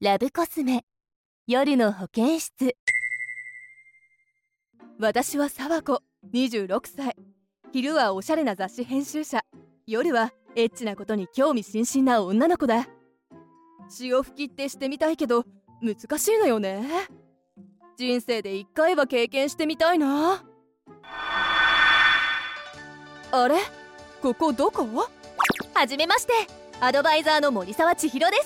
ラブコスメ夜の保健室。私は沢子、26歳。昼はおしゃれな雑誌編集者、夜はエッチなことに興味津々な女の子だ。潮吹きってしてみたいけど難しいのよね。人生で1回は経験してみたいな。あれ、ここどこ？ はじめまして、アドバイザーの森沢千尋です。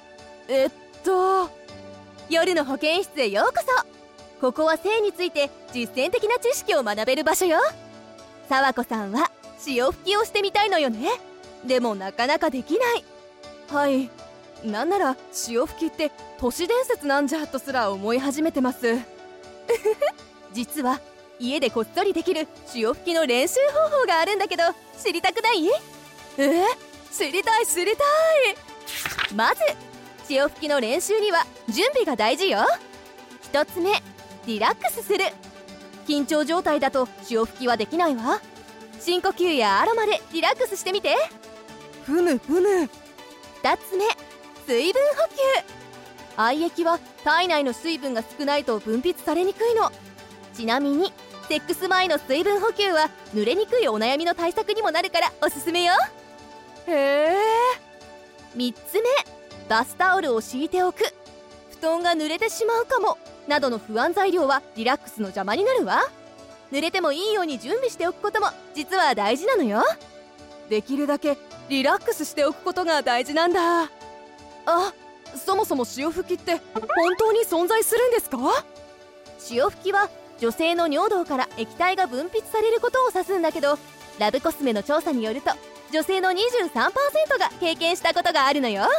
夜の保健室へようこそ。ここは性について実践的な知識を学べる場所よ。沢子さんは潮吹きをしてみたいのよね。でもなかなかできない。 はい、なんなら潮吹きって都市伝説なんじゃとすら思い始めてます実は家でこっそりできる潮吹きの練習方法があるんだけど、知りたくない？ 知りたい。 まず潮吹きの練習には準備が大事よ。1つ目、リラックスする。緊張状態だと潮吹きはできないわ。深呼吸やアロマでリラックスしてみて。 ふむ。 2つ目、水分補給。愛液は体内の水分が少ないと分泌されにくいの。ちなみにセックス前の水分補給は濡れにくいお悩みの対策にもなるからおすすめよ。 へえ。 3つ目、バスタオルを敷いておく。布団が濡れてしまうかもなどの不安材料はリラックスの邪魔になるわ。濡れてもいいように準備しておくことも実は大事なのよ。 できるだけリラックスしておくことが大事なんだ。あ、そもそも潮吹きって本当に存在するんですか？ 潮吹きは女性の尿道から液体が分泌されることを指すんだけど、ラブコスメの調査によると女性の 23% が経験したことがあるのよ。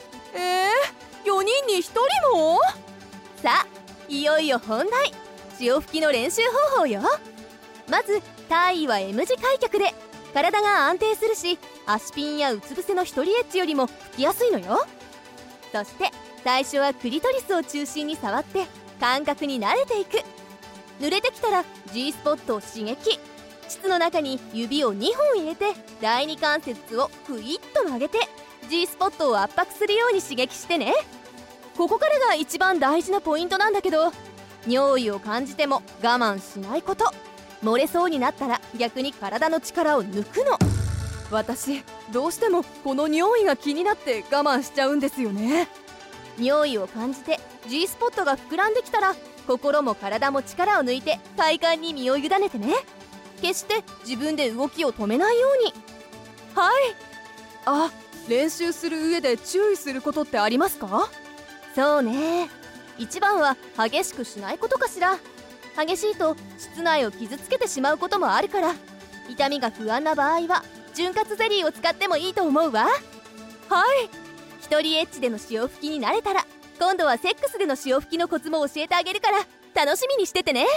4人に1人も？ さあ、いよいよ本題、潮吹きの練習方法よ。まず体位は M 字開脚で体が安定するし、足ピンやうつ伏せの一人エッジよりも吹きやすいのよ。そして最初はクリトリスを中心に触って感覚に慣れていく。濡れてきたら G スポットを刺激。膣の中に指を2本入れて第二関節をクイッと曲げて G スポットを圧迫するように刺激してね。ここからが一番大事なポイントなんだけど、尿意を感じても我慢しないこと。漏れそうになったら逆に体の力を抜くの。 私どうしてもこの尿意が気になって我慢しちゃうんですよね。 尿意を感じて G スポットが膨らんできたら心も体も力を抜いて快感に身を委ねてね。決して自分で動きを止めないように。 はい。練習する上で注意することってありますか？ そうね、一番は激しくしないことかしら。激しいと室内を傷つけてしまうこともあるから、痛みが不安な場合は潤滑ゼリーを使ってもいいと思うわ。 はい。 一人エッチでの潮吹きに慣れたら今度はセックスでの潮吹きのコツも教えてあげるから楽しみにしててね。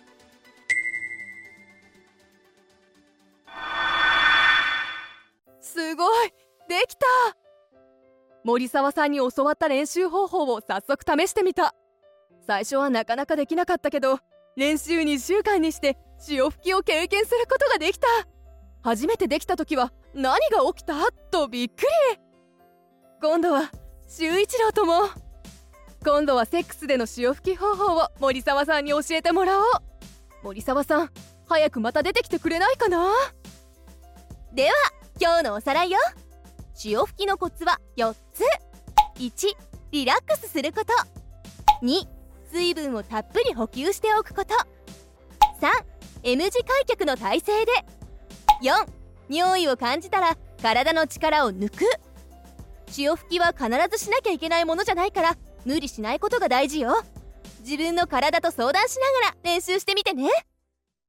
すごい、できた。森沢さんに教わった練習方法を早速試してみた。最初はなかなかできなかったけど、練習2週間にして潮吹きを経験することができた。初めてできた時は何が起きたとびっくり。今度は修一郎とも。今度はセックスでの潮吹き方法を森沢さんに教えてもらおう。森沢さん、早くまた出てきてくれないかな。 では今日のおさらいよ。潮吹きのコツは4つ。1、リラックスすること。2、水分をたっぷり補給しておくこと。3、M 字開脚の体勢で。4、尿意を感じたら体の力を抜く。潮吹きは必ずしなきゃいけないものじゃないから無理しないことが大事よ。自分の体と相談しながら練習してみてね。